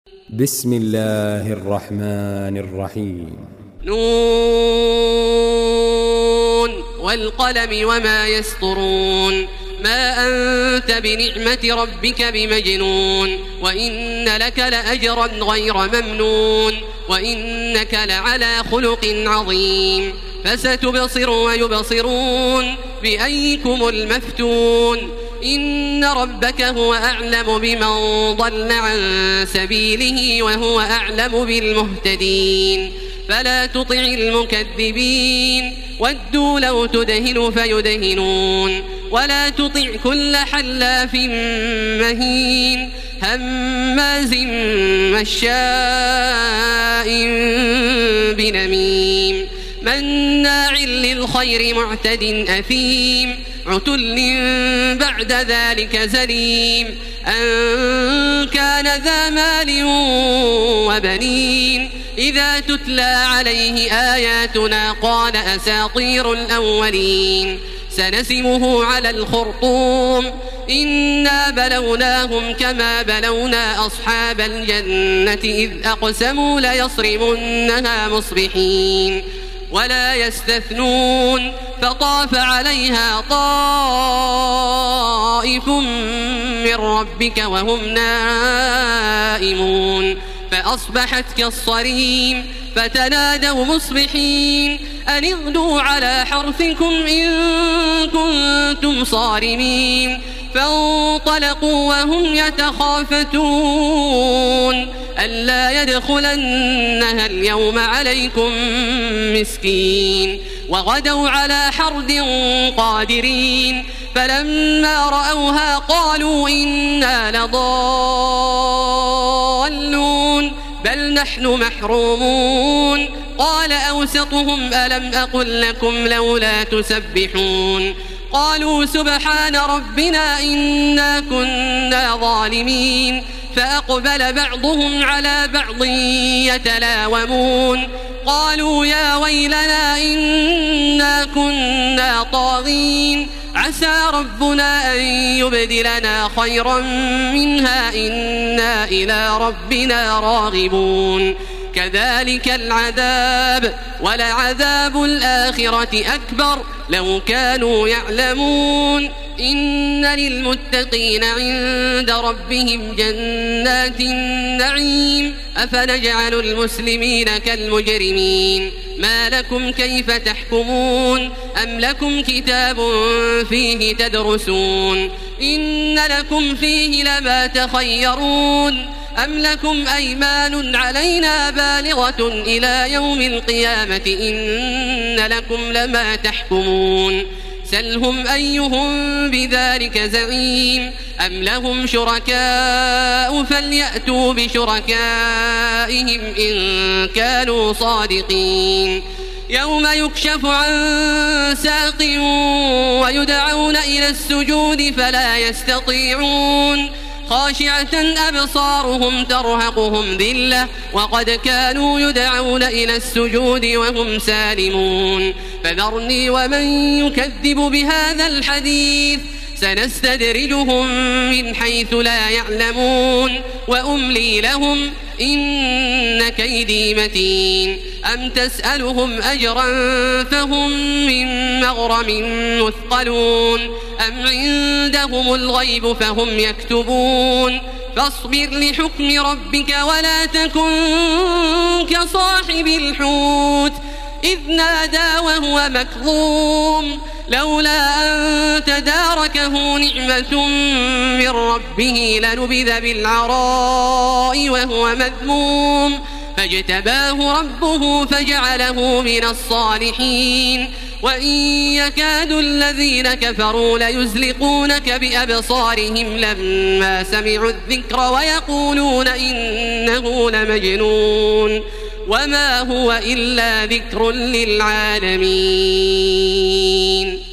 بسم الله الرحمن الرحيم. نون والقلم وما يسطرون. ما أنت بنعمة ربك بمجنون. وإن لك لأجرا غير ممنون. وإنك لعلى خلق عظيم. فستبصر ويبصرون بأيكم المفتون. إن ربك هو أعلم بمن ضل عن سبيله وهو أعلم بالمهتدين. فلا تطع المكذبين ودوا لو تدهن فيدهنون. ولا تطع كل حلاف مهين هماز مشاء بنميم مناع للخير معتد أثيم عتل بعد ذلك زليم أن كان ذا مال وبنين. إذا تتلى عليه آياتنا قال أساطير الأولين. سنسمه على الخرطوم. إنا بلوناهم كما بلونا أصحاب الجنة إذ أقسموا ليصرمنها مصبحين ولا يستثنون. فطاف عليها طائف من ربك وهم نائمون فأصبحت كالصريم. فتنادوا مصبحين أن اغدوا على حرثكم إن كنتم صارمين. فانطلقوا وهم يتخافتون ألا يدخلنها اليوم عليكم مسكين. وغدوا على حرد قادرين. فلما رأوها قالوا إنا لضالون بل نحن محرومون. قال أوسطهم ألم أقل لكم لولا تسبحون. قالوا سبحان ربنا إنا كنا ظالمين. فأقبل بعضهم على بعض يتلاومون. قالوا يا ويلنا إنا كنا طاغين. عسى ربنا أن يبدلنا خيرا منها إنا إلى ربنا راغبون. كذلك العذاب ولعذاب الآخرة أكبر لو كانوا يعلمون. إن للمتقين عند ربهم جنات النعيم. أفنجعل المسلمين كالمجرمين. ما لكم كيف تحكمون. أم لكم كتاب فيه تدرسون. إن لكم فيه لما تخيرون. أم لكم أيمان علينا بالغة إلى يوم القيامة إن لكم لما تحكمون. سلهم أيهم بذلك زعيم. أم لهم شركاء فليأتوا بشركائهم إن كانوا صادقين. يوم يكشف عن ساق ويدعون إلى السجود فلا يستطيعون. خاشعة أبصارهم ترهقهم ذلة وقد كانوا يدعون إلى السجود وهم سالمون. فذرني ومن يكذب بهذا الحديث سنستدرجهم من حيث لا يعلمون وأملي لهم إن كيدي متين. أم تسألهم أجرا فهم من مغرم مثقلون. أم عندهم الغيب فهم يكتبون. فاصبر لحكم ربك ولا تكن كصاحب الحوت إذ نادى وهو مكظوم لولا أن تداركه نعمة من ربه لنبذ بالعراء وهو مذموم. فاجتباه ربه فجعله من الصالحين. وإن يكاد الذين كفروا ليزلقونك بأبصارهم لما سمعوا الذكر ويقولون إنه لمجنون وما هو إلا ذكر للعالمين.